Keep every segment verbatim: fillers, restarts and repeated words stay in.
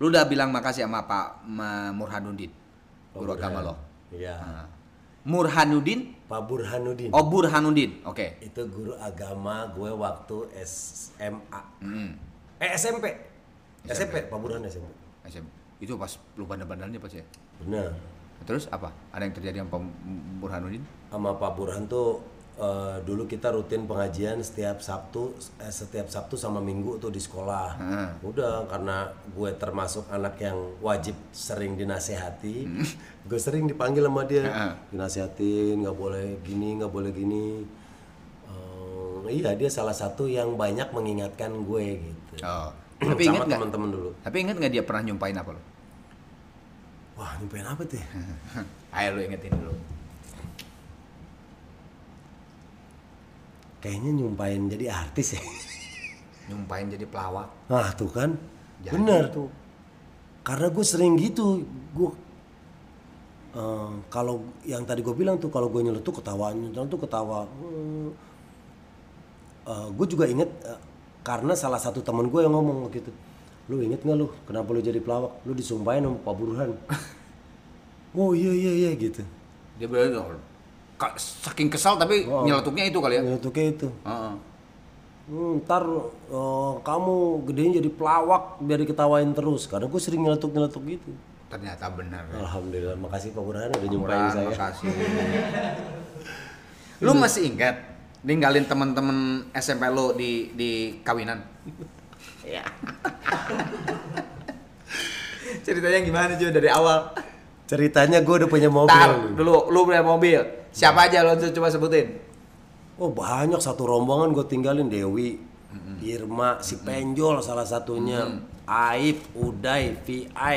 Lu udah bilang makasih sama Pak Murhanuddin, guru agama lo? Iya. Nah. Murhanuddin? Pak Burhanuddin. Oh, Burhanuddin. Oke. Okay. Itu guru agama gue waktu S M A. Hmm. Eh S M P. S M P, Pak Burhan S M P. S M P. Itu pas lu bandel-bandelnya pas ya? Benar. Terus apa? Ada yang terjadi sama Pak Burhanuddin? Sama Pak Burhan tuh uh, dulu kita rutin pengajian setiap Sabtu, eh, setiap Sabtu sama Minggu tuh di sekolah. Hmm. Udah karena gue termasuk anak yang wajib sering dinasehati, hmm. gue sering dipanggil sama dia, hmm. dinasehatin, nggak boleh gini, nggak boleh gini. Uh, iya dia salah satu yang banyak mengingatkan gue gitu. Oh. Tapi ingat nggak? Teman-teman dulu. Tapi ingat nggak dia pernah nyumpain apa lo? Wah nyumpain apa tuh? Ayo lo ingetin dulu. Kayaknya nyumpain jadi artis ya. Nyumpain jadi pelawak. Nah tuh kan, jadi bener tuh. Karena gue sering gitu, gue uh, kalau yang tadi gue bilang tuh kalau gue nyeletuk ketawa, nyeletuk tuh ketawa. Uh, uh, gue juga inget uh, karena salah satu teman gue yang ngomong gitu. Lu inget nggak lu kenapa lu jadi pelawak? Lu disumpahin sama Pak Burhan. Oh iya iya iya gitu. Dia bilang saking kesal tapi oh, nyeletuknya itu kali ya? Nyeletuknya itu. Uh-uh. Hmm, ntar uh, kamu gedein jadi pelawak biar diketawain terus. Karena gue sering nyeletuk-nyeletuk gitu. Ternyata benar. Ya? Alhamdulillah, makasih Pak Burhan udah nyumpahin saya. Makasih. Lu masih ingat ninggalin teman-teman S M P lo di di kawinan? Ya. Ceritanya gimana juga dari awal? Ceritanya gue udah punya mobil. Tar, dulu lu punya mobil. Siapa aja lo coba sebutin? Oh banyak, satu rombongan gue tinggalin. Dewi, mm-hmm. Irma, si Penjol salah satunya, mm-hmm. Aib, Uday, V I,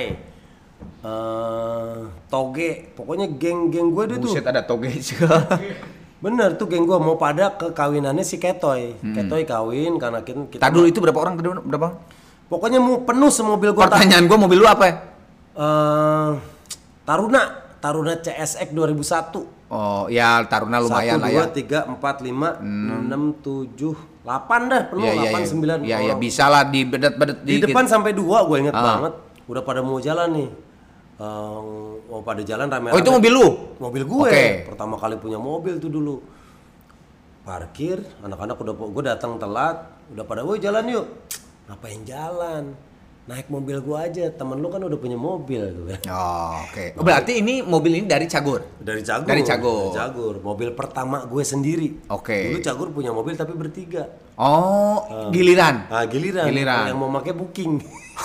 uh, Toge. Pokoknya geng-geng gue deh tuh. Buset ada Toge juga. Bener tuh geng gue mau pada ke kawinannya si Ketoy. Hmm. Ketoy kawin karena kita. kita dulu itu berapa orang tadi berapa? Pokoknya mau penuh semobil gue. Pertanyaan gue mobil lu apa ya? Uh, Taruna, Taruna C S X dua ribu satu. Oh ya Taruna lumayan lah ya. satu, dua, tiga, empat, lima, enam, tujuh, delapan dah penuh, ya, delapan, ya, sembilan. Iya ya bisa lah di bedet-bedet di depan sampai dua gue inget ah. banget. Udah pada mau jalan nih. Uh, mau pada jalan rame-rame. Oh itu mobil lu? Mobil gue. Okay. Pertama kali punya mobil tuh dulu. Parkir, anak-anak udah gue datang telat, udah pada woi jalan yuk. Ngapain jalan? Naik mobil gue aja. Temen lu kan udah punya mobil gue. Oh, oke. Okay. Oh, berarti ini mobil ini dari Cagur? Dari Cagur. Dari Cagur. Dari Cagur. Mobil pertama gue sendiri. Oke. Okay. Dulu Cagur punya mobil tapi bertiga. Oh, uh, giliran. Ah, giliran. Giliran. Yang mau pakai booking.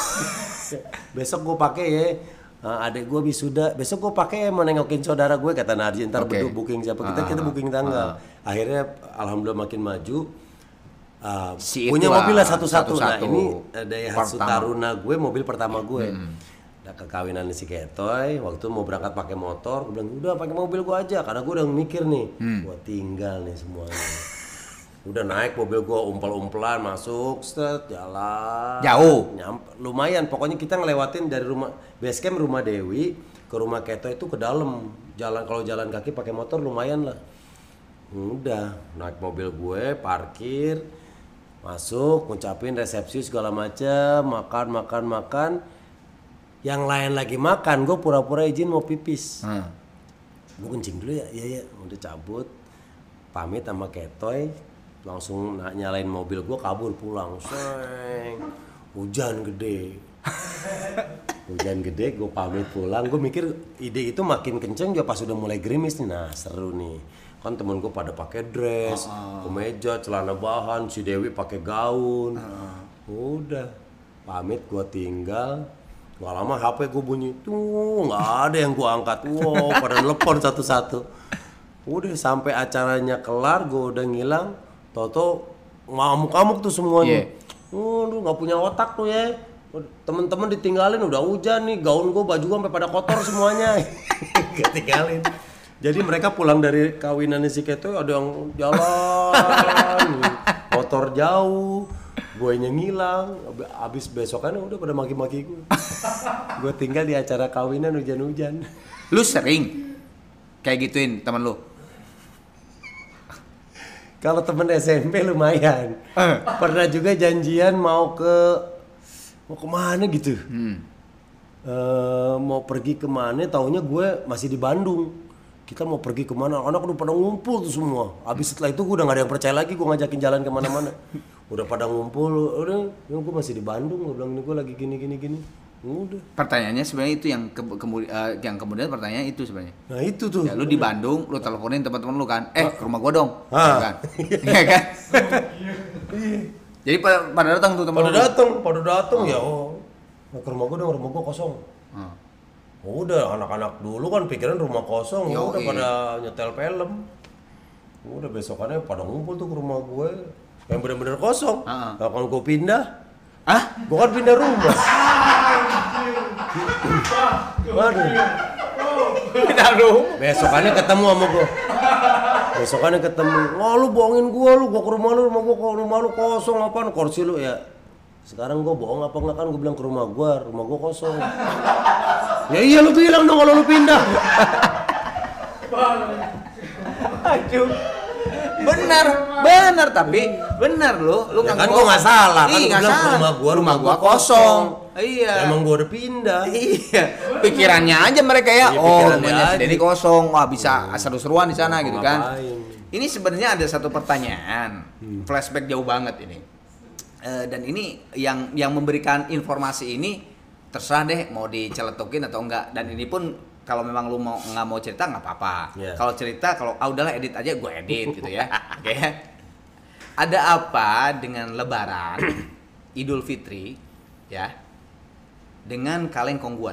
Besok gue pakai ya. Uh, adek gue wisuda, besok gue pakai mau nengokin saudara gue kata Narji, ntar okay. berdua booking siapa kita uh, kita booking tanggal. Uh. Akhirnya alhamdulillah makin maju. Uh, si punya mobil lah satu-satu. Nah ini Daihatsu Taruna gue mobil pertama gue. Hmm. Udah ke kawinan si Ketoy, waktu mau berangkat pakai motor, gue bilang udah pakai mobil gue aja karena gue udah mikir nih, hmm. gue tinggal nih semuanya. Udah naik mobil gua umpel-umpelan masuk, set jalan. Jauh. Nyampe, lumayan. Pokoknya kita ngelewatin dari rumah base camp rumah Dewi ke rumah Keto itu ke dalam. Jalan kalau jalan kaki pakai motor lumayan lah. Udah naik mobil gue, parkir, masuk, ngucapin resepsi segala macam, makan makan makan. Yang lain lagi makan, gue pura-pura izin mau pipis. Hmm. Gue kencing dulu ya, iya ya, udah cabut, pamit sama Ketoy. Langsung nyalain mobil gue kabur pulang. Seng. Hujan gede. Hujan gede gue pamit pulang. Gue mikir ide itu makin kenceng juga pas udah mulai gerimis nih. Nah seru nih. Kan temen gue pada pakai dress, uh-uh. kemeja, celana bahan, si Dewi pakai gaun. Uh-uh. Udah pamit gue tinggal. Gak lama H P gue bunyi. Tuh nggak ada yang gue angkat. Wow pada telepon satu-satu. Udah sampai acaranya kelar gue udah ngilang. Toto ngamuk-ngamuk tuh semuanya. Yeah. Oh, lu nggak punya otak tuh ya. Temen-temen ditinggalin udah hujan nih, gaun gua baju gua sampai pada kotor semuanya. Ketinggalin. Jadi mereka pulang dari kawinannya si Keto ada yang jalan, motor jauh, gue nya ngilang. Abis besokannya udah pada maki-maki gue. Gue tinggal di acara kawinan hujan-hujan. Lu sering kayak gituin teman lu? Kalau temen S M P lumayan. Uh. Pernah juga janjian mau ke mau kemana gitu. Hmm. eh, mau pergi kemana, taunya gue masih di Bandung. Kita mau pergi kemana, anak udah pada ngumpul tuh semua. Habis setelah itu gue udah gak ada yang percaya lagi, gue ngajakin jalan kemana-mana. Udah pada ngumpul, udah, ya gue masih di Bandung, gue bilang ini gue lagi gini gini gini. Udah. Pertanyaannya sebenarnya itu yang ke, kemudian uh, yang kemudian pertanyaan itu sebenarnya. Nah itu tuh. Ya lu di Bandung, lu teleponin teman-teman lu kan, eh ke rumah gua dong, Ah. gitu kan? Iya kan? Jadi pada, pada datang tuh teman Pada lu. datang, pada datang ya oh. Nah, ke rumah gue dong, rumah gue kosong. Ah. Udah anak-anak dulu kan pikiran rumah kosong, Yoi. udah pada nyetel film. Udah besokannya pada ngumpul tuh ke rumah gue yang benar-benar kosong. Ah. Nah, kalau gue pindah, Ah? gue kan pindah rumah. Waduh. Pindah lu. Besokannya ketemu sama gue. Besokannya ketemu. Wah lu bohongin gue lu, gue ke rumah lu, rumah gue ke rumah lu kosong apaan kursi lu ya. Sekarang gue bohong apa enggak kan gue bilang ke rumah gue, rumah gue kosong. Ya iya lu bilang dong kalau lu pindah. Aduh. Benar, benar tapi benar lu, lu Ya nggak kan bohong. gua nggak salah, kan Iya, gua nggak bilang salah. rumah gua, rumah gua gua kosong. kosong. Iya. Emang gua udah pindah. Iya, pikirannya aja mereka ya. Iya, Oh, pikirannya rumahnya si aja. Dedi kosong. Wah, bisa seru-seruan di sana gitu kan. Ngapain? Ini sebenarnya ada satu pertanyaan, Hmm. flashback jauh banget ini. Eh, dan ini yang yang memberikan informasi ini terserah deh mau diceletukin atau enggak. Dan ini pun kalau memang lu mau nggak mau cerita nggak apa-apa. Yeah. Kalau cerita kalau ah udahlah edit aja gue edit gitu ya. Oke. Ada apa dengan Lebaran, Idul Fitri, ya, dengan kaleng kongguan?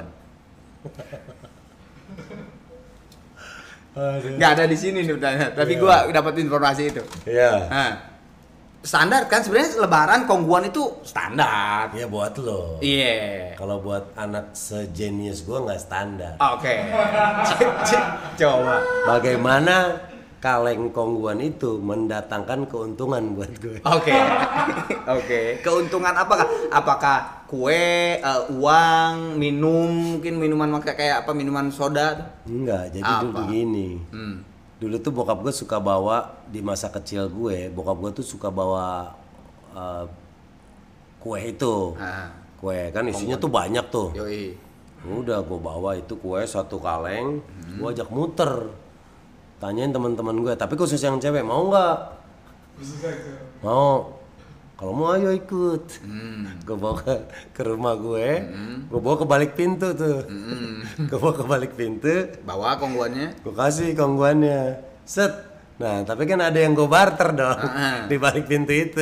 Nggak ada di sini nih pertanyaan, tapi Iya. gua dapat informasi itu. Iya. Nah, standar kan sebenarnya Lebaran kongguan itu standar. Ya buat lo. Iya. Kalau buat anak sejenius gua nggak standar. Oke. Coba. Bagaimana kaleng kongguan itu mendatangkan keuntungan buat gue? Oke. Oke. Keuntungan apakah? Apakah kue, eh, uang, minum, mungkin minuman maka kayak apa minuman soda tuh? Enggak, jadi Apa? dulu begini. Hmm. Dulu tuh bokap gue suka bawa di masa kecil gue, bokap gue tuh suka bawa uh, kue itu. Ah. Kue kan isinya tuh banyak tuh. Yoi. Udah gue bawa itu kue satu kaleng, gue ajak muter. Tanyain teman-teman gue, tapi khusus yang cewek mau nggak? Mau. Kalau mau ayo ikut. Hmm. Gue bawa ke, ke rumah gue, gue bawa ke balik pintu tuh. Gue bawa ke balik pintu, Bawa kongguannya. gue kasih kongguannya. Set. Nah, tapi kan ada yang gue barter dong Ah. di balik pintu itu.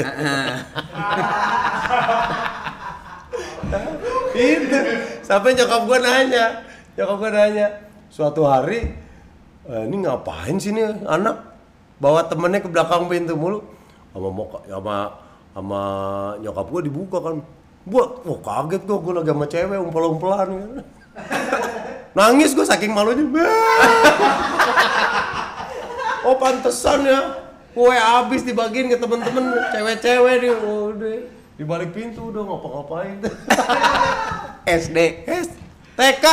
Itu sampai nyokap gue nanya, nyokap gue nanya, suatu hari eh, ini ngapain sih nih anak bawa temennya ke belakang pintu mulu, sama moka, sama sama nyokap gue dibuka kan, buat, wah kaget gue, gue lagi sama cewek umpel-umpelan kan. Nangis gue saking malunya. Oh pantesan ya, kue habis dibagiin ke temen-temen cewek-cewek nih, udah di balik pintu udah ngapa-ngapain. S D. Es, T K.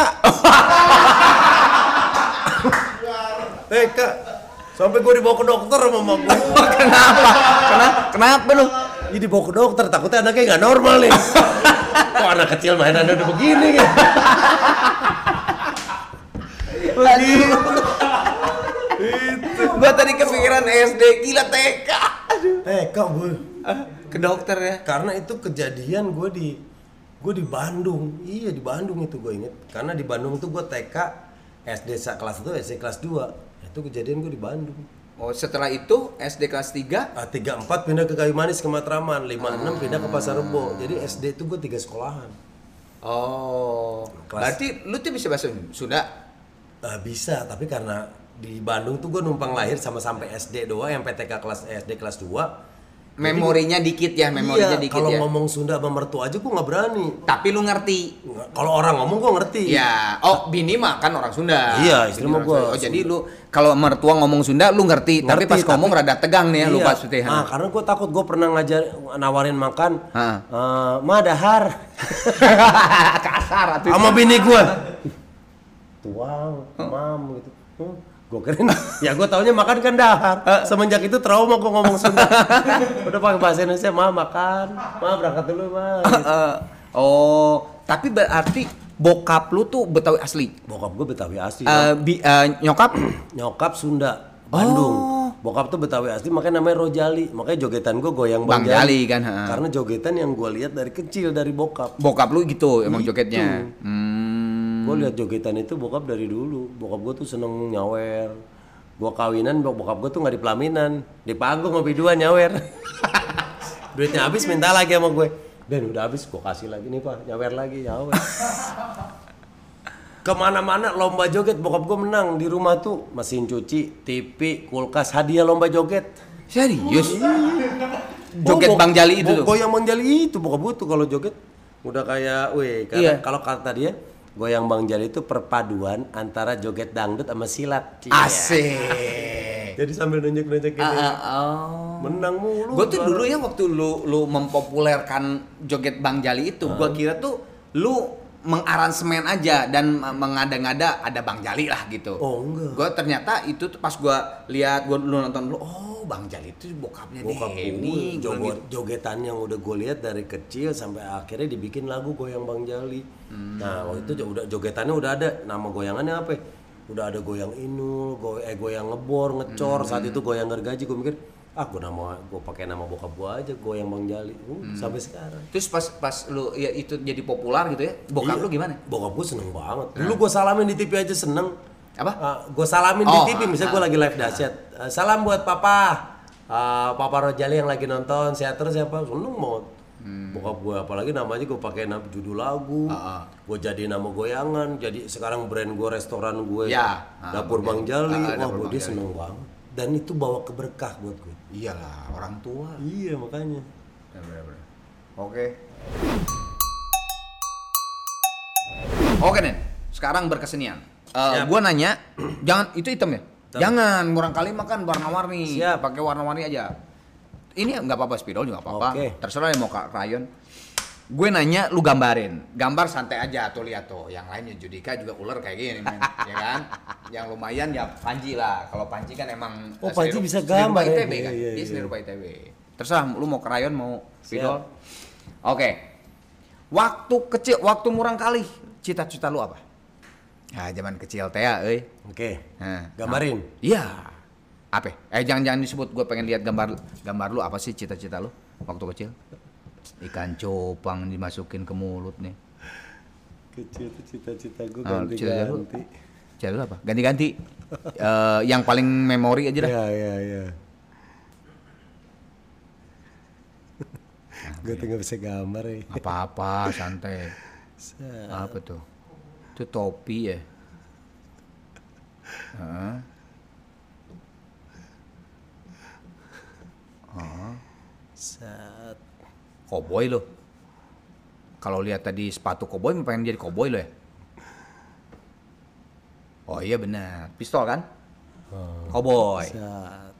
T K. Sampai gue dibawa ke dokter sama mama gue. Kenapa? Kenapa? Kenapa lu? Jadi dibawa ke dokter, takutnya anaknya nggak normal nih. Kok anak kecil mainannya udah begini gitu. Begitu. Itu. Gua tadi kepikiran S D, gila T K. Aduh. T K gue. Ke dokter ya. Karena itu kejadian gue di gue di Bandung. Iya di Bandung itu gue inget. Karena di Bandung tuh gue T K, S D kelas satu, S D kelas dua. Itu kejadian gue di Bandung. Oh, setelah itu S D kelas tiga. Ah, tiga empat pindah ke Kayu Manis ke Matraman, lima enam pindah ke Pasar Rebo. Jadi S D itu gue tiga sekolahan. Oh. Kelas- Berarti lu tuh bisa bahasa Sunda? Ah, bisa, tapi karena di Bandung tuh gue numpang lahir sama sampai S D doang, yang P T K kelas S D kelas dua. Memorinya dikit ya, memorinya Iya, dikit kalau ya. ngomong Sunda sama mertua aja gue nggak berani. Tapi lu ngerti. Nggak- Kalau orang ngomong gue ngerti. Ya, oh bini mah kan orang Sunda. Iya, istri Bini mah orang gua Sunda. Oh jadi lu kalau mertua ngomong Sunda lu ngerti, tapi Ngerti, pas tapi- ngomong rada tegang nih ya lu Iya. pas putih. Nah, karena gue takut gue pernah ngajar nawarin makan. Hah. Eh, Ma dahar. Kasar atuh. Sama bini gue. Tuang, mam gitu. Hmm. Gue keren. Ya gue taunya makan kan dahar. Semenjak itu trauma gue ngomong Sunda. Udah pakai bahasa Indonesia, ma makan, ma berangkat dulu ma. Gitu. Eh, oh, tapi berarti bokap lu tuh Betawi asli. Bokap gue Betawi asli. Uh, bi, uh, nyokap Nyokap Sunda, Bandung. Oh. Bokap tuh Betawi asli, makanya namanya Rojali. Makanya jogetan gue goyang Bang Bang Jali kan, ha. Karena jogetan yang gue lihat dari kecil dari bokap. Bokap lu gitu emang Gitu. jogetnya. Hmm. Gue lihat jogetan itu bokap dari dulu. Bokap gue tuh seneng nyawer. Gue kawinan, bokap gue tuh nggak di pelaminan, di panggung ngopi dua nyawer. Duitnya habis minta lagi sama gue. Dan udah habis gue kasih lagi nih pak, nyawer lagi nyawer. Kemana-mana lomba joget bokap gue menang. Di rumah tuh mesin cuci, T V, kulkas, hadiah lomba joget. Serius? Oh, Joget bo- Bang Jali itu bo- tuh. Goyang Bang Jali itu bokap gue tuh kalau joget udah kayak, weh, karena Iya. kalau kata dia goyang Bang Jali itu perpaduan antara joget dangdut sama silat. Asik. Jadi sambil nunjuk-nunjuk Ah, gini. ah, oh. Menang mulu. Gue tuh juara. dulu ya waktu lu lu mempopulerkan joget Bang Jali itu, gua kira tuh lu mengaransemen aja dan mengada-ngada ada Bang Jali lah gitu. Oh, enggak. Gue ternyata itu tuh pas gua lihat gua lu nonton dulu, oh Bang Jali itu bokapnya Bokap gue Denny. Gua joget, gitu. jogetan yang udah gue lihat dari kecil sampai akhirnya dibikin lagu goyang Bang Jali. Hmm. Nah waktu itu jo- udah jogetannya udah ada, nama goyangannya apa? ya? Udah ada goyang inul, go, eh goyang ngebor, ngecor. Hmm. Saat itu goyang gergaji, gue mikir ah gue nama gue pakai nama bokap gue aja goyang Bang Jali. Uh, Hmm. Sampai sekarang. Terus pas pas lu ya itu jadi populer gitu ya, bokap Iya. lu gimana? Bokap gue seneng banget. Dulu gue salamin di T V aja seneng. Apa? gue salamin Oh, di T V, misalnya gue ah, lagi live dahsyat. Eh, salam buat papa. Eh, papa Rojali yang lagi nonton, sehat terus ya Pak. Seneng banget. Bokap gue apalagi namanya gue pakai nama judul lagu. Ah, ah. Gue jadi nama goyangan, jadi sekarang brand gue, restoran gue. Ya, ah, Dapur Bang Bang Jali. Jali. Ah, Wah, Dapur gue Bang dia Jali. seneng banget. Dan itu bawa keberkah buat gue. Iyalah, orang tua. Iya, makanya. Ya, bener-bener. Oke. Oke Nen, sekarang berkesenian. Eh, Siap. gua nanya, jangan itu hitam ya? Jangan, murang kali makan warna-warni. Siap. Pakai warna-warni aja. Ini nggak apa-apa, spidol juga nggak apa-apa. Oke. Terserah yang mau kak rayon. Gue nanya, lu gambarin. Gambar santai aja tuh, lihat tuh. Yang lainnya Judika juga ular kayak gini, men. Ya kan? Yang lumayan ya Panji lah. Kalau Panji kan emang Oh, eh, Panji seni- bisa seni gambar rupa ya? I T B kan? Iya, iya, Dia seni iya. rupa I T B. Terserah, lu mau krayon mau spidol. Siap. Oke. Waktu kecil, waktu murang kali, cita-cita lu apa? Ya, zaman kecil teh, euy. Oke. Nah, Gambarin. nah. Iya. Apa? Eh jangan-jangan disebut, gue pengen lihat gambar gambar lu apa sih cita-cita lu waktu kecil? Ikan cupang dimasukin ke mulut nih. Kecil tuh cita-cita gue Ah, cita-cita lu, ganti-ganti. cita lu apa? Ganti-ganti. Eh, yang paling memori aja dah. Iya, iya, iya. Gue tuh gak bisa gambar ya. Apa-apa, santai. Apa tuh? Itu topi ya? Heeh. Set. Koboi lo. Kalau lihat tadi sepatu koboi, pengen jadi koboi lo ya? Oh iya benar, pistol kan? Koboi. Set.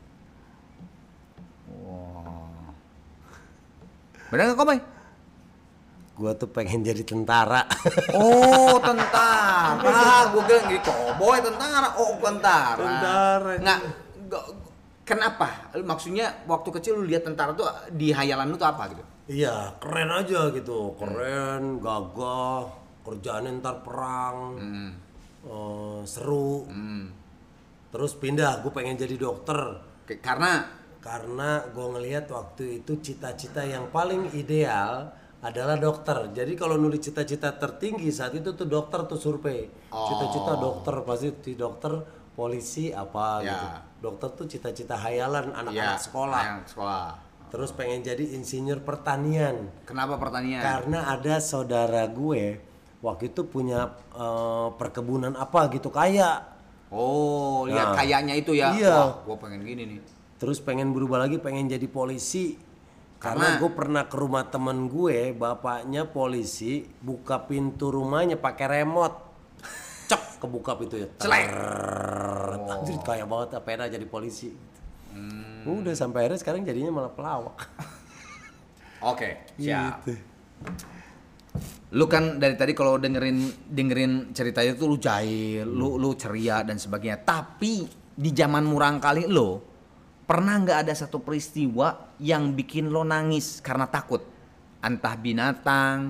Wow. Benar nggak koboi? Gue tuh pengen jadi tentara. Oh tentara. Ah, gue kira jadi koboi tentara. Oh tentara. Tentara. Nggak. nggak- Kenapa? Maksudnya waktu kecil lu lihat tentara tuh di hayalan lu tuh apa gitu? Iya, keren aja gitu. Keren, gagah, kerjaannya ntar perang, Hmm. eh, seru. Hmm. Terus pindah, gue pengen jadi dokter. Ke- Karena Karena gue ngelihat waktu itu cita-cita yang paling ideal adalah dokter. Jadi kalau nulis cita-cita tertinggi saat itu tuh dokter tuh survei. Oh. Cita-cita dokter pasti di dokter, polisi apa Ya. gitu. Dokter tuh cita-cita hayalan anak-anak ya, sekolah. yang sekolah. Terus pengen jadi insinyur pertanian. Kenapa pertanian? Karena ada saudara gue waktu itu punya eh, perkebunan apa gitu kaya. Oh, lihat Nah. kayaknya itu ya. Iya. Wah, gua pengen gini nih. Terus pengen berubah lagi, pengen jadi polisi. Karena Karena- gue pernah ke rumah temen gue, bapaknya polisi, buka pintu rumahnya pakai remote. Cek kebuka pintunya. Celek. Trrrr. Anjir kaya banget, pena jadi polisi. Udah sampai akhirnya sekarang jadinya malah pelawak. Oke, siap. Gitu. Lu kan dari tadi kalau dengerin dengerin ceritanya tuh lu jahil, lu lu ceria dan sebagainya. Tapi di zaman murang kali lo pernah nggak ada satu peristiwa yang bikin lo nangis karena takut? Entah binatang,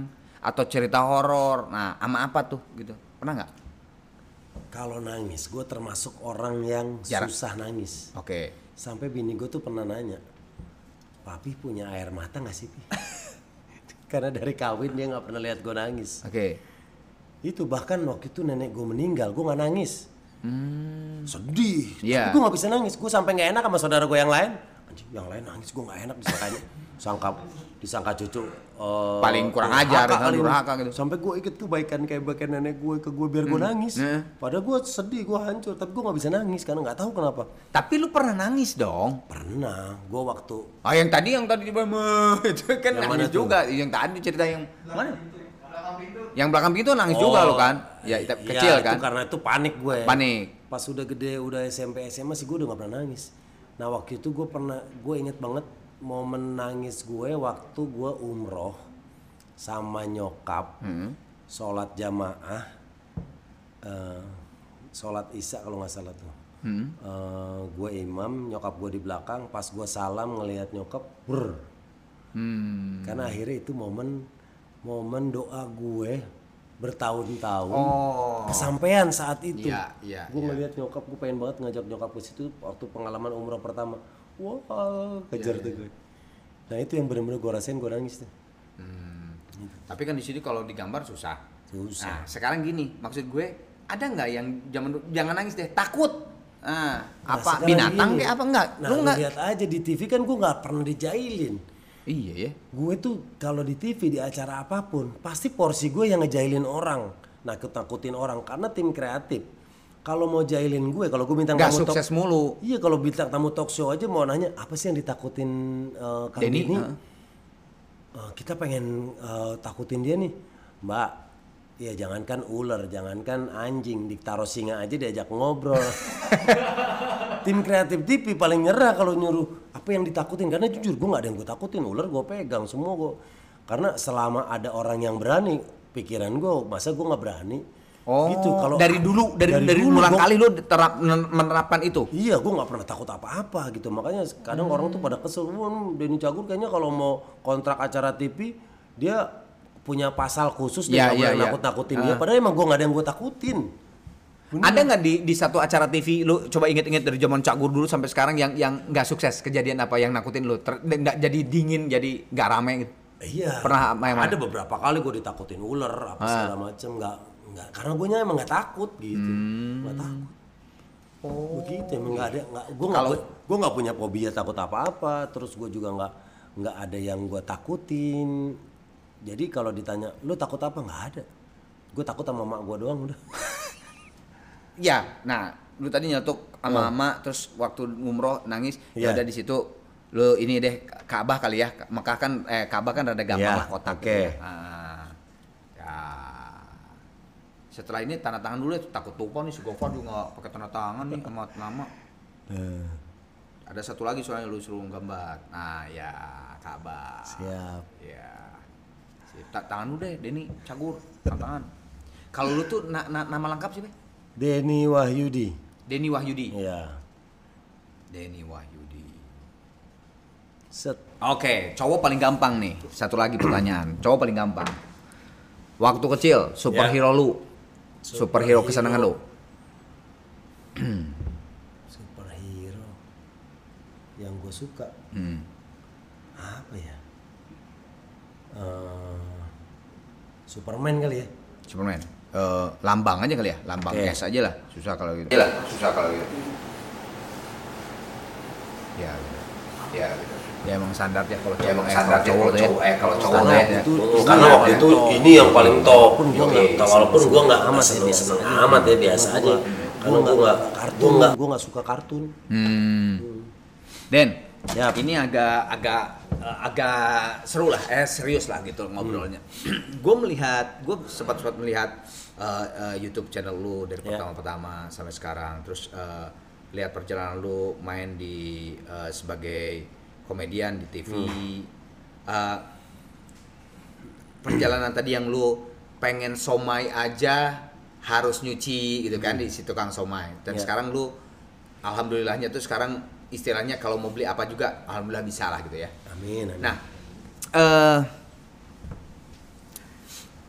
atau cerita horor. Nah, sama apa tuh gitu? Pernah nggak? Kalau nangis, gue termasuk orang yang Jarang. susah nangis. Oke. Sampai bini gue tuh pernah nanya, papi punya air mata nggak sih, Pi? Karena dari kawin dia nggak pernah lihat gue nangis. Oke. Itu bahkan waktu itu nenek gue meninggal, gue nggak nangis. Hmm. Sedih. Iya. Tapi gue nggak bisa nangis. Gue sampai nggak enak sama saudara gue yang lain. Anjing, yang lain nangis, gue nggak enak disangkanya. Sangka, disangka cucu uh, Paling kurang ajar, kan, durhaka gitu. Sampai gue ikut kebaikan kayak kebaikan nenek gue ke gue biar gue Hmm. nangis. Hmm. Padahal gue sedih, gue hancur. Tapi gue nggak bisa nangis karena nggak tahu kenapa. Tapi lu pernah nangis dong? Pernah, gue waktu Ah, yang tadi yang tadi di bawah itu kan Yang nangis mana tuh? juga. Yang tadi cerita yang mana? Yang belakang pintu nangis juga lo kan? Ya, itu iya, kecil itu kan? karena itu panik gue. Panik. Pas udah gede, udah S M P S M A sih gue udah gak pernah nangis. Nah waktu itu gue pernah, gue inget banget momen nangis gue waktu gue umroh sama nyokap, Hmm. sholat jamaah, eh, sholat isya kalau nggak salah tuh. Hmm. Eh, gue imam, nyokap gue di belakang, pas gue salam ngelihat nyokap, brr. Hmm. Karena akhirnya itu momen momen doa gue bertahun-tahun Oh. kesampaian saat itu. Iya, iya, Gue iya. ngeliat nyokap, gue pengen banget ngajak nyokap ke situ waktu pengalaman umroh pertama. Wah, kejar Iya, tuh gue. Nah itu yang benar-benar gue rasain, gue nangis tuh. Hmm. Tapi kan di sini kalau digambar susah. Susah. Nah, sekarang gini, maksud gue ada nggak yang zaman dulu- jangan nangis deh, takut. Nah, Nah, apa sekarang binatang gini. kayak apa enggak? Nah, Lu lu enggak? lihat aja di T V kan gue nggak pernah dijailin. Iya ya. Gue tuh kalau di T V di acara apapun pasti porsi gue yang ngejailin orang, nakut-nakutin orang karena tim kreatif. Kalau mau jailin gue, kalau gue bintang Nggak tamu talk- sukses mulu. Iya, kalau bintang tamu talk show aja mau nanya apa sih yang ditakutin uh, Kang Denny, Denny? heeh. Uh, kita pengen uh, takutin dia nih, Mbak. Ya jangankan ular, jangankan anjing, ditaruh singa aja diajak ngobrol. Tim kreatif T V paling nyerah kalau nyuruh apa yang ditakutin, karena jujur gue nggak ada yang gue takutin, ular gue pegang semua gue. Karena selama ada orang yang berani, pikiran gue masa gue nggak berani. Oh, Gitu, kalau dari dulu dari dari, dulu ulang gua- kali lu terap, menerapkan itu. Iya, gue nggak pernah takut apa-apa gitu. Makanya kadang orang tuh pada kesel, wah Denny Cagur kayaknya kalau mau kontrak acara T V dia punya pasal khusus dia Iya, nggak iya, boleh iya. nakut-nakutin Ah. dia. Padahal emang gue nggak ada yang gue takutin. Bener. Ada nggak di di satu acara T V lu coba inget-inget dari zaman Cak Gur dulu sampai sekarang yang yang nggak sukses, kejadian apa yang nakutin lu? Ter- nggak jadi dingin, jadi nggak rame gitu. Iya. Pernah apa yang mana? Ada beberapa kali gue ditakutin ular apa Ah. segala macem, nggak nggak karena gue emang nggak takut gitu, Hmm. nggak takut. Oh. Begitu emang nggak ada nggak gue nggak Kalau- pu- gue nggak punya fobia takut apa-apa. Terus gue juga nggak nggak ada yang gue takutin. Jadi kalau ditanya lu takut apa, nggak ada. Gue takut sama mak gue doang udah. Ya, nah, lu tadi nyetuk sama Oh. mama, terus waktu umroh nangis, ya Iya. udah di situ lu ini deh Ka'bah kali ya. Mekah kan eh Ka'bah kan rada gampang Iya, lah kotak oke. gitu ya. Nah, ya. Setelah ini tanda tangan dulu ya, takut lupa nih si Gofar juga nggak pakai tanda tangan nih sama nama. Eh, Ada satu lagi soalnya lu suruh gambar. Nah, ya Ka'bah. siap. Ya. Sip. Ta- tangan lu deh, Denny Cagur, tanda tangan. Kalau lu tuh na- na- nama lengkap sih, Be? Denny Wahyudi. Denny Wahyudi. Iya. Denny Wahyudi. Set. Oke, cowok paling gampang nih. Satu lagi pertanyaan. Cowok paling gampang. Waktu kecil, superhero lu. Superhero kesenangan lu. Superhero yang gue suka Hmm. apa ya? Eh, Superman kali ya. Superman. Eh, lambang aja kali ya, lambang Oke. S aja lah. Susah kalau gitu. Iya, susah kalau gitu. Ya, ya, ya emang standar ya kalau cowok. emang eh, standar kalau ya cowok kalau tuh ya. cowok, eh, kalau cowok Standar tuh ya. itu, Karena waktu itu ini yang paling top. Walaupun gue nggak Oke, walaupun gue nggak amat seneng ya, seneng seneng amat ya biasa aja. Karena gue nggak kartun, gue nggak gue nggak suka kartun. Hmm. Den, Yap. ini agak agak eh, agak seru lah, eh serius lah gitu ngobrolnya. Gue melihat, gue sempat sempat melihat eh, eh, YouTube channel lu dari Ya. pertama-pertama sampai sekarang, terus eh, lihat perjalanan lu main di eh, sebagai komedian di T V. Eh, perjalanan tadi yang lu pengen somai aja harus nyuci gitu kan di si tukang somai, dan Ya. sekarang lu alhamdulillahnya tuh sekarang istilahnya kalau mau beli apa juga alhamdulillah bisa lah gitu ya. Amin. amin. Nah, eh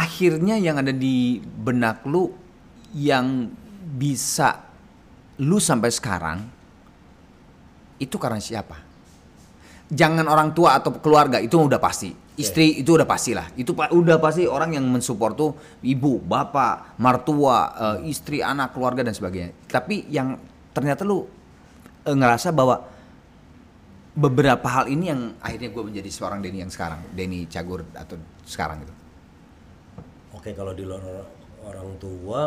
akhirnya yang ada di benak lu yang bisa lu sampai sekarang itu karena siapa? Jangan orang tua atau keluarga, itu udah pasti. Istri yeah. itu udah pasti lah. Itu pa- udah pasti orang yang mensupport tuh ibu, bapak, mertua, uh, istri, anak, keluarga dan sebagainya. Tapi yang ternyata lu uh, ngerasa bahwa beberapa hal ini yang akhirnya gue menjadi seorang Denny yang sekarang, Denny Cagur atau sekarang gitu. Oke, kalau di luar orang tua,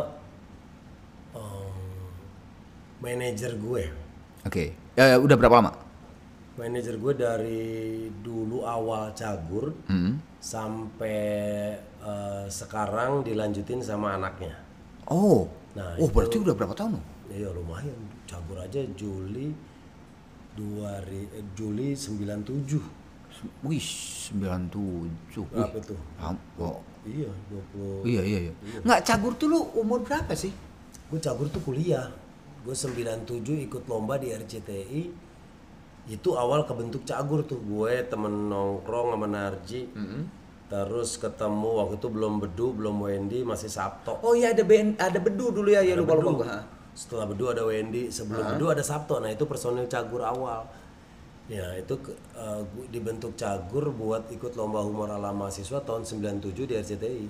um, manajer gue. Oke, okay. uh, udah berapa lama? Manajer gue dari dulu awal Cagur hmm. sampai uh, sekarang dilanjutin sama anaknya. Oh, nah, oh itu, berarti udah berapa tahun? Iya lumayan. Cagur aja Juli dua eh, Juli sembilan tujuh. Wih, sembilan tujuh. Berapa tuh? Oh. Iya, dua puluh. Iya, iya, iya. iya. Nggak, Cagur tuh lu umur berapa sih? Gue Cagur tuh kuliah. Gue sembilan tujuh ikut lomba di R C T I. Itu awal kebentuk Cagur tuh. Gue temen nongkrong sama Narji. Mm-hmm. Terus ketemu waktu itu belum Bedu, belum Wendy, masih Sabto. Oh iya, ada ben, ada Bedu dulu ya, ya lupa lupa. Setelah Bedu ada Wendy, sebelum uh-huh. Bedu ada Sabto. Nah, itu personil Cagur awal. Ya, itu uh, dibentuk Cagur buat ikut lomba humor ala mahasiswa tahun sembilan tujuh di R C T I.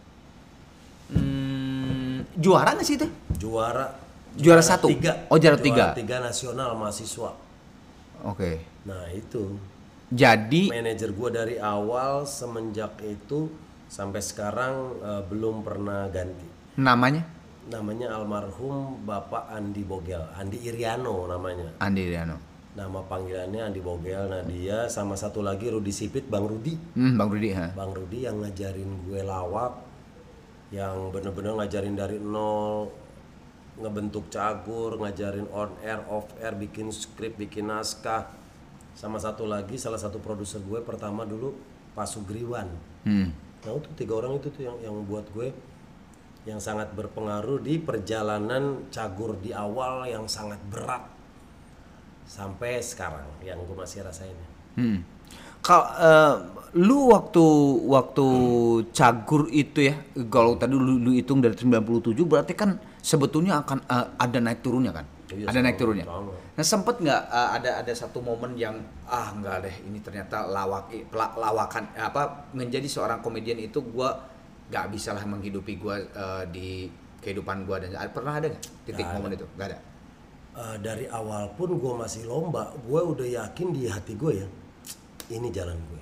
Hmm, juara nggak sih itu? Juara. Juara, juara satu. Tiga. Oh, juara tiga. Juara tiga nasional mahasiswa. Oke. Okay. Nah, itu. Jadi manajer gue dari awal semenjak itu sampai sekarang uh, belum pernah ganti. Namanya? Namanya almarhum Bapak Andi Bogel, Andi Iriano namanya. Andi Iriano. Nama panggilannya Andi Bogel. Nah, dia sama satu lagi Rudi Sipit, Bang Rudi. Hmm, Bang Rudi, ha. Bang Rudi yang ngajarin gue lawak, yang bener-bener ngajarin dari nol, ngebentuk Cagur, ngajarin on air, off air, bikin skrip, bikin naskah. Sama satu lagi, salah satu produser gue pertama dulu Pak Sugriwan. Hmm. Nah, itu tiga orang itu tuh yang yang buat gue yang sangat berpengaruh di perjalanan Cagur di awal yang sangat berat sampai sekarang yang gue masih rasain. Hmm. Kalau uh, lu waktu waktu hmm. Cagur itu ya, kalau tadi lu, lu hitung dari sembilan puluh tujuh berarti kan sebetulnya akan uh, ada naik turunnya kan? Iya, ada naik turunnya. Sama. Nah, sempet nggak uh, ada ada satu momen yang ah nggak deh ini ternyata lawak lawakan apa menjadi seorang komedian itu gua nggak bisa lah menghidupi gua uh, di kehidupan gua dan pernah ada nggak titik gak momen ada. Itu? Nggak ada. Uh, dari awal pun gua masih lomba, gua udah yakin di hati gua ya ini jalan gue.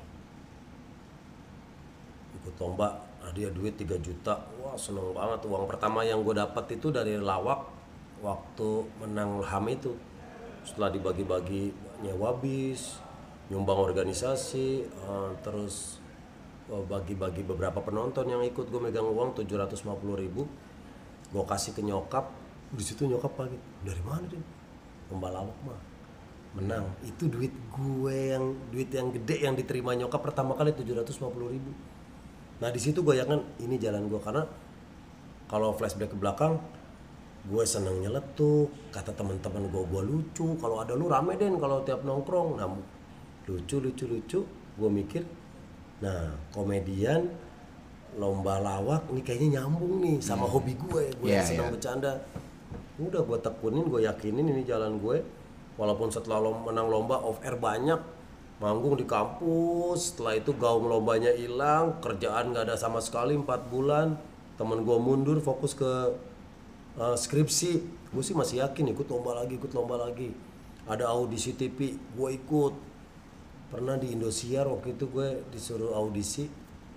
Ikut lomba, dia duit tiga juta, wah seneng banget. Uang pertama yang gue dapat itu dari lawak waktu menang H A M itu. Setelah dibagi-bagi nyewa bis, nyumbang organisasi, uh, terus uh, bagi-bagi beberapa penonton yang ikut, gue megang uang tujuh ratus lima puluh ribu, gue kasih ke nyokap. Di situ nyokap pagi, dari mana dia? Lomba lawak mah menang. Itu duit gue yang duit yang gede yang diterima nyokap pertama kali tujuh ratus lima puluh ribu. Nah, di situ gue yakin ini jalan gue, karena kalau flashback ke belakang gue seneng nyeletuk, kata teman-teman gue gue lucu, kalau ada lu rame Den kalau tiap nongkrong. Nah, lucu lucu lucu gue mikir, nah komedian lomba lawak ini kayaknya nyambung nih sama hmm. hobi gue gue yeah, seneng yeah. bercanda. Udah gue tekunin, gue yakinin ini jalan gue. Walaupun setelah lomba, menang lomba off air banyak, manggung di kampus, setelah itu gaung lombanya hilang, kerjaan gak ada sama sekali empat bulan, temen gue mundur fokus ke uh, skripsi. Gue sih masih yakin ikut lomba lagi, ikut lomba lagi. Ada audisi T V, gue ikut. Pernah di Indosiar waktu itu gue disuruh audisi,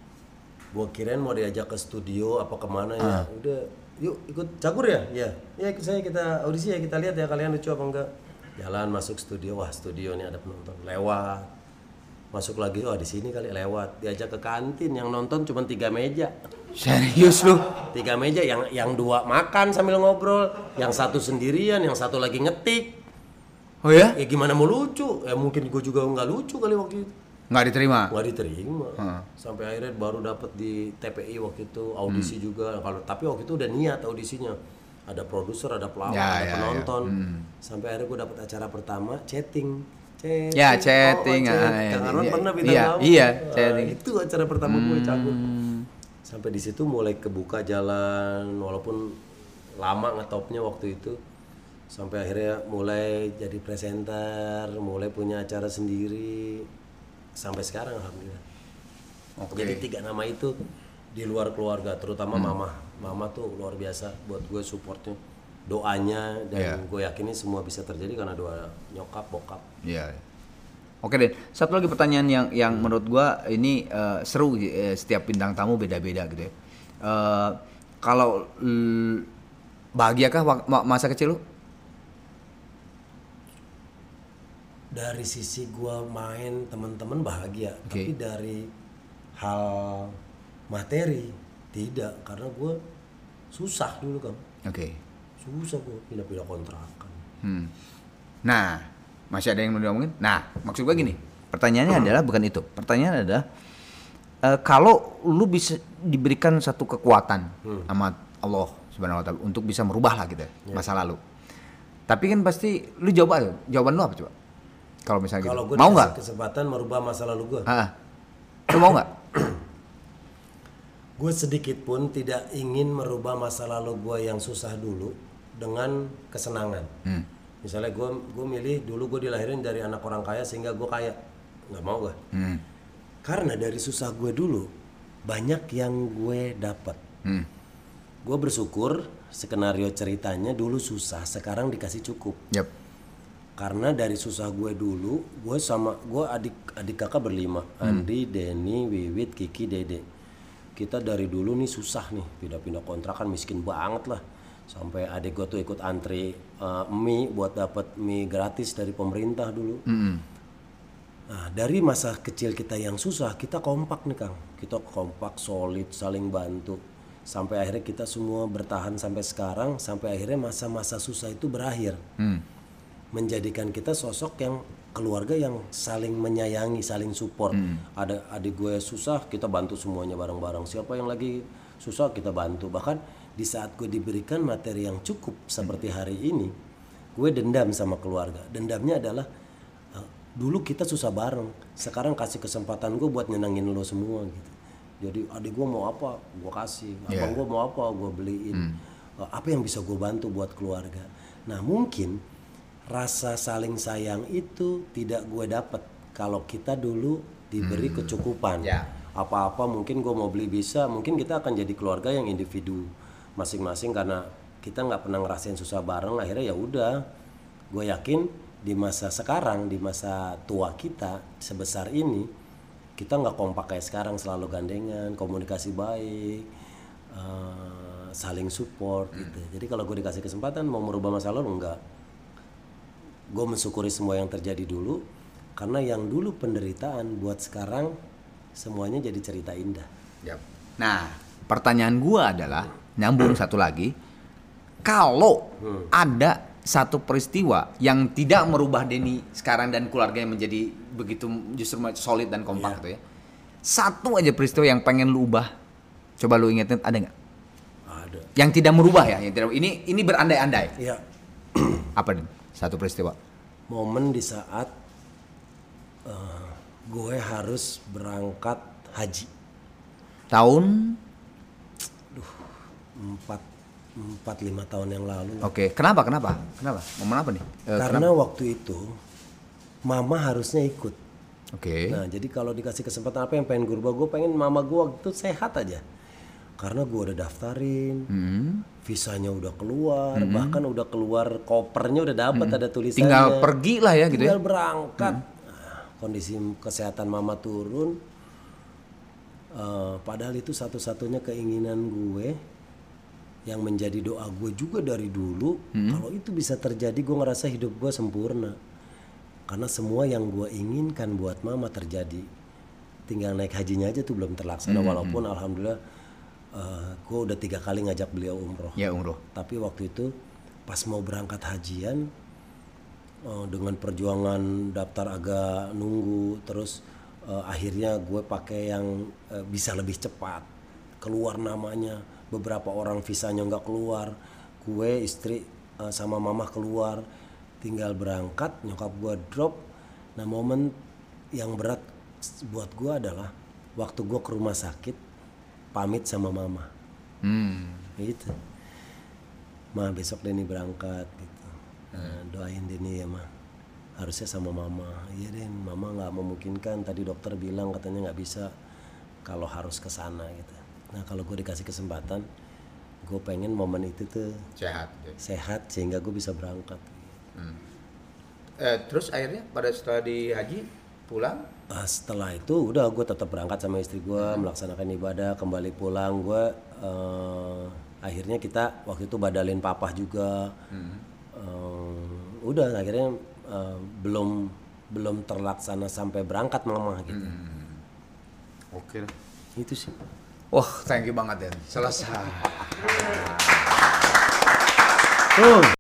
gue kirain mau diajak ke studio apa kemana ya. Uh. Udah, yuk ikut Cagur ya? Ya, ya ikut saya, kita audisi ya, kita lihat ya kalian lucu apa enggak. Jalan masuk studio, wah studio nih ada penonton, lewat. Masuk lagi, wah di sini kali, lewat. Diajak ke kantin, yang nonton cuma tiga meja. Serius lu? Tiga meja, yang yang dua makan sambil ngobrol, yang satu sendirian, yang satu lagi ngetik. Oh ya? Ya gimana mau lucu? Ya mungkin gue juga nggak lucu kali waktu itu. Nggak diterima? Nggak diterima. Hmm. Sampai akhirnya baru dapet di T P I waktu itu, audisi hmm. juga. Kalau tapi waktu itu udah niat audisinya. Ada produser, ada pelawak, ya, ada ya, penonton. Ya. Hmm. Sampai akhirnya gue dapet acara pertama, chatting. Chatting. Ya, chatting. Oh, chat. Kang Arman iya, pernah bintang iya, tamu. iya, nah, chatting. itu acara pertama hmm. gue Cagur. Sampai di situ mulai kebuka jalan, walaupun lama ngetopnya waktu itu. Sampai akhirnya mulai jadi presenter, mulai punya acara sendiri. Sampai sekarang alhamdulillah. Oke. Jadi tiga nama itu di luar keluarga, terutama Hmm. mama. Mama tuh luar biasa buat gue supportnya. Doanya dan Iya. gue yakini semua bisa terjadi karena doa nyokap, bokap. Iya. Oke Den, satu lagi pertanyaan yang yang menurut gua ini eh, seru, eh, setiap bintang tamu beda-beda gitu ya. Eh, kalau l- bahagiakah wak- ma- masa kecil lu? Dari sisi gua main teman-teman bahagia, Oke. tapi dari hal materi tidak, karena gua susah dulu kan, Oke. susah gua pindah-pindah kontrakan. Hmm. Nah, masih ada yang mau diomongin? Nah, maksud gua gini, pertanyaannya adalah bukan itu. Pertanyaannya adalah eh, kalau lu bisa diberikan satu kekuatan sama Allah Subhanahu wa taala untuk bisa merubah lah gitu ya, masa lalu. Tapi kan pasti lu jawab apa? Jawaban lu apa coba? Kalau misalnya Kalau gitu. gua Mau dikasih nggak? kesempatan merubah masa lalu gua, Ah, lu mau nggak? gue sedikit pun tidak ingin merubah masa lalu gua yang susah dulu dengan kesenangan. Hmm. Misalnya gue gue milih dulu gue dilahirin dari anak orang kaya sehingga gue kaya, nggak mau gue. Hmm. Karena dari susah gue dulu banyak yang gue dapat. Hmm. Gue bersyukur skenario ceritanya dulu susah, sekarang dikasih cukup. Yap. Karena dari susah gue dulu, gue sama gue adik adik kakak berlima, Andi, Denny, Wiwit, Kiki, Dede. Kita dari dulu nih susah nih, pindah-pindah kontrakan, miskin banget lah. Sampai adik gue tuh ikut antri uh, mie buat dapat mie gratis dari pemerintah dulu. Mm-mm. Nah, dari masa kecil kita yang susah, kita kompak nih Kang. Kita kompak, solid, saling bantu. Sampai akhirnya kita semua bertahan sampai sekarang, sampai akhirnya masa-masa susah itu berakhir. Hmm. Menjadikan kita sosok yang keluarga yang saling menyayangi, saling support. Ada adik gue susah, kita bantu semuanya bareng-bareng. Siapa yang lagi susah, kita bantu. Bahkan di saat gue diberikan materi yang cukup seperti hari ini, gue dendam sama keluarga. Dendamnya adalah uh, dulu kita susah bareng, sekarang kasih kesempatan gue buat nyenengin lo semua gitu. Jadi adik gue mau apa, gue kasih. Abang Yeah. gue mau apa, gue beliin. Uh, apa yang bisa gue bantu buat keluarga. Nah mungkin rasa saling sayang itu tidak gue dapat kalau kita dulu diberi kecukupan. Ya. Apa-apa mungkin gue mau beli bisa, mungkin kita akan jadi keluarga yang individu masing-masing karena kita nggak pernah ngerasain susah bareng. Akhirnya ya udah, gue yakin di masa sekarang, di masa tua kita sebesar ini, kita nggak kompak kayak sekarang, selalu gandengan, komunikasi baik, eh, saling support gitu. Jadi kalau gue dikasih kesempatan mau merubah masa lalu, enggak. Gue mensyukuri semua yang terjadi dulu, karena yang dulu penderitaan buat sekarang semuanya jadi cerita indah. Yap. Nah, pertanyaan gua adalah nyambung satu lagi. Kalau ada satu peristiwa yang tidak merubah Denny sekarang dan keluarganya menjadi begitu justru solid dan kompak gitu ya. Satu aja peristiwa yang pengen lu ubah. Coba lu ingetin, ada nggak? Ada. Yang tidak merubah ya, yang tidak ini ini berandai-andai. Ya, Apa Den? Satu peristiwa. momen di saat eh, gue harus berangkat haji. Tahun Empat, empat lima tahun yang lalu. Oke, kenapa? Kenapa? Kenapa? Momen apa nih? Eh, Karena kenapa? waktu itu mama harusnya ikut. Oke. Nah, jadi kalau dikasih kesempatan apa yang pengen gue rubah, gue pengen mama gue waktu itu sehat aja. Karena gue udah daftarin, Hmm. visanya udah keluar, bahkan udah keluar kopernya udah dapat ada tulisannya. Tinggal pergi lah ya gitu ya. Tinggal berangkat. Nah, kondisi kesehatan mama turun. Eh, padahal itu satu-satunya keinginan gue yang menjadi doa gue juga dari dulu. Kalau itu bisa terjadi, gue ngerasa hidup gue sempurna. Karena semua yang gue inginkan buat mama terjadi. Tinggal naik hajinya aja tuh belum terlaksana. Walaupun alhamdulillah eh, gue udah tiga kali ngajak beliau umroh. Ya umroh. Tapi waktu itu pas mau berangkat hajian, eh, dengan perjuangan daftar agak nunggu, terus eh, akhirnya gue pakai yang eh, bisa lebih cepat, keluar namanya. Beberapa orang visanya nggak keluar, gue istri eh, sama mama keluar, tinggal berangkat, nyokap gue drop. Nah momen yang berat buat gue adalah waktu gue ke rumah sakit, pamit sama mama. Hmm. Gitu. Ma besok Denny berangkat gitu. Nah, doain Denny ya ma. Harusnya sama mama. Iya Den, mama nggak memungkinkan. Tadi dokter bilang katanya nggak bisa kalau harus ke sana gitu. Nah kalau gue dikasih kesempatan, gue pengen momen itu tuh Sehat. Gitu. sehat sehingga gue bisa berangkat. Hmm. Eh, terus akhirnya pada setelah di haji pulang? Nah, setelah itu udah gue tetap berangkat sama istri gue hmm. melaksanakan ibadah, kembali pulang gue uh, akhirnya kita waktu itu badalin papa juga. Hmm. Uh, udah akhirnya uh, belum belum terlaksana sampai berangkat mama gitu. Hmm. Oke. Itu sih. Wah, thank you banget Den. Selesai. Oh.